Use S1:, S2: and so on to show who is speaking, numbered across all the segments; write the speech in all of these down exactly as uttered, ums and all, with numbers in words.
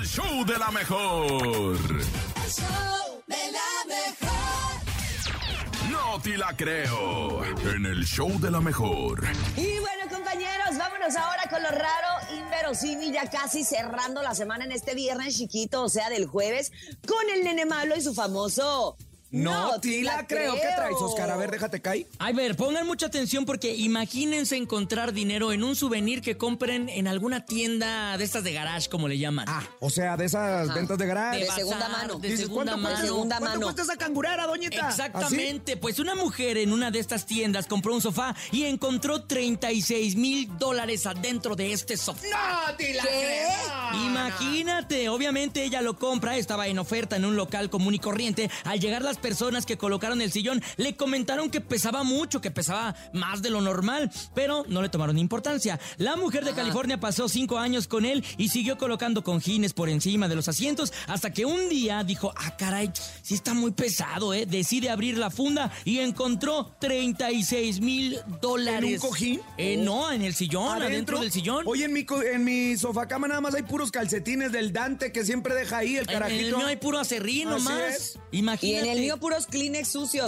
S1: el show de la mejor.
S2: El show de la mejor.
S1: No te la creo. En el show de la mejor.
S3: Y bueno, compañeros, vámonos ahora con lo raro, inverosímil, ya casi cerrando la semana en este viernes chiquito, o sea, del jueves, con el nene malo y su famoso...
S4: No, te la creo. ¿Qué traes, Oscar? A ver, déjate caer.
S5: A ver, pongan mucha atención porque imagínense encontrar dinero en un souvenir que compren en alguna tienda de estas de garage, como le llaman.
S4: Ah, o sea, de esas
S3: Ajá.
S4: ventas de garage.
S3: De
S5: bazar,
S3: segunda mano.
S5: De
S4: Dices,
S5: segunda
S4: ¿cuánto cuesta?
S5: mano.
S3: segunda
S4: ¿Cuánto
S3: mano.
S4: cuesta esa cangurera, doñita?
S5: Exactamente, pues una mujer en una de estas tiendas compró un sofá y encontró treinta y seis mil dólares adentro de este sofá.
S4: ¡No te la
S3: ¿Qué?
S4: creo!
S5: Imagínate, obviamente ella lo compra, estaba en oferta en un local común y corriente. Al llegar las personas que colocaron el sillón, le comentaron que pesaba mucho, que pesaba más de lo normal, pero no le tomaron importancia. La mujer de
S3: Ajá.
S5: California pasó cinco años con él y siguió colocando cojines por encima de los asientos hasta que un día dijo, ah caray, sí está muy pesado, ¿eh? Decide abrir la funda y encontró treinta y seis mil dólares.
S4: ¿En un cojín?
S5: Eh, no, en el sillón, adentro del sillón.
S4: Oye, en mi, co- en mi sofá cama nada más hay puros calcetines del Dante que siempre deja ahí el
S5: En
S4: carajito.
S5: el mío hay puro acerrín
S4: Así
S5: nomás.
S4: es.
S3: Y
S5: Imagínate.
S3: en el mío puros Kleenex sucios.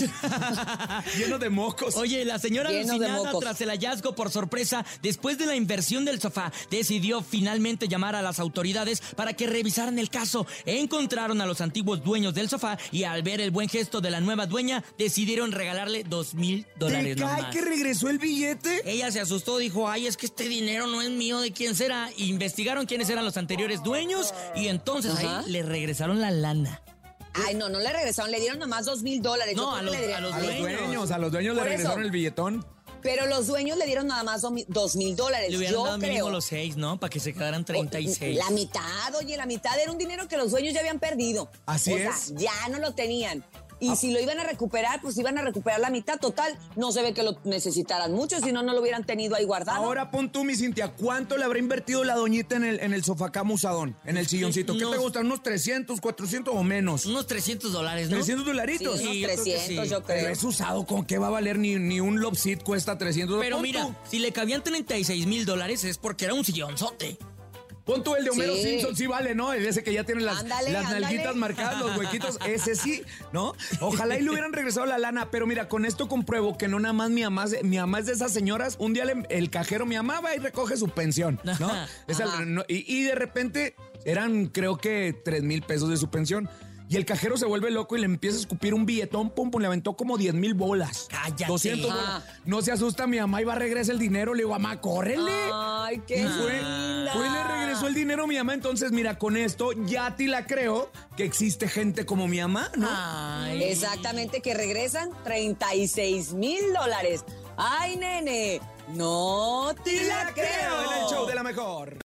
S4: Lleno de mocos.
S5: Oye, la señora
S3: Lleno de
S5: alucinada
S3: mocos.
S5: tras el hallazgo por sorpresa, después de la inversión del sofá, decidió finalmente llamar a las autoridades para que revisaran el caso. Encontraron a los antiguos dueños del sofá y al ver el buen gesto de la nueva dueña, decidieron regalarle dos mil
S4: ¿Te
S5: dólares
S4: cae
S5: nomás.
S4: que regresó el billete?
S5: Ella se asustó, dijo, ay, es que este dinero no es mío, ¿de quién será? Investigaron quiénes eran los anteriores dueños y entonces
S3: Ajá.
S5: ahí le regresaron la lana.
S3: Ay, no, no le regresaron, le dieron nomás dos mil dólares.
S5: No,
S3: Yo
S5: a
S3: creo que
S5: los-
S3: le dieron-
S5: a los
S4: A los
S5: dueños.
S4: dueños, a los dueños le
S3: Por eso.
S4: regresaron el billetón.
S3: Pero los dueños le dieron nada más dos mil dólares.
S5: Le hubieran
S3: Yo
S5: dado mínimo
S3: creo.
S5: los seis, ¿no? Para que se quedaran treinta y seis.
S3: La mitad, oye, la mitad era un dinero que los dueños ya habían perdido.
S4: Así
S3: o
S4: es.
S3: sea, ya no lo tenían. Y si lo iban a recuperar, pues iban a recuperar la mitad. Total, no se ve que lo necesitaran mucho, si no, no lo hubieran tenido ahí guardado.
S4: Ahora pon tú, mi Cintia, ¿cuánto le habrá invertido la doñita en el, en el sofacama usadón? En el silloncito. ¿Qué
S5: unos-
S4: te gustan? ¿Unos trescientos, cuatrocientos o menos?
S5: Unos trescientos dólares, ¿no?
S4: ¿trescientos dolaritos?
S3: Sí, unos
S5: Sí, yo creo que
S3: trescientos,
S5: sí.
S3: yo
S4: Pero
S3: creo.
S4: es usado, ¿con qué va a valer? Ni, ni un love seat cuesta trescientos.
S5: Pero
S4: Pon
S5: mira,
S4: tú,
S5: si le cabían treinta y seis mil dólares es porque era un sillonzote.
S4: pon tú el de Homero
S3: Sí.
S4: Simpson, sí vale, ¿no? Ese que ya tiene las,
S3: Ándale,
S4: las
S3: ándale.
S4: nalguitas marcadas, los huequitos, ese sí, ¿no? Ojalá y le hubieran regresado la lana, pero mira, con esto compruebo que no nada más mi mamá, es- mi mamá es de esas señoras, un día le- el cajero, mi mamá va y recoge su pensión, ¿no?
S5: Ajá.
S4: Es el-
S3: Ajá.
S4: no, y, y de repente eran, creo que, tres mil pesos de su pensión. Y el cajero se vuelve loco y le empieza a escupir un billetón, pum, pum, le aventó como diez mil bolas.
S5: Cállate.
S4: doscientos
S3: Ah.
S4: bolas. No se asusta mi mamá y va a regresar el dinero. Le digo, mamá, córrele.
S3: Ay, qué
S4: Y fue,
S3: linda.
S4: fue y le regresó el dinero a mi mamá. Entonces, mira, con esto ya te la creo que existe gente como mi mamá, ¿no?
S5: Ay.
S3: Exactamente, que regresan treinta y seis mil dólares. Ay, nene, no te la creo.
S4: En el show de la mejor.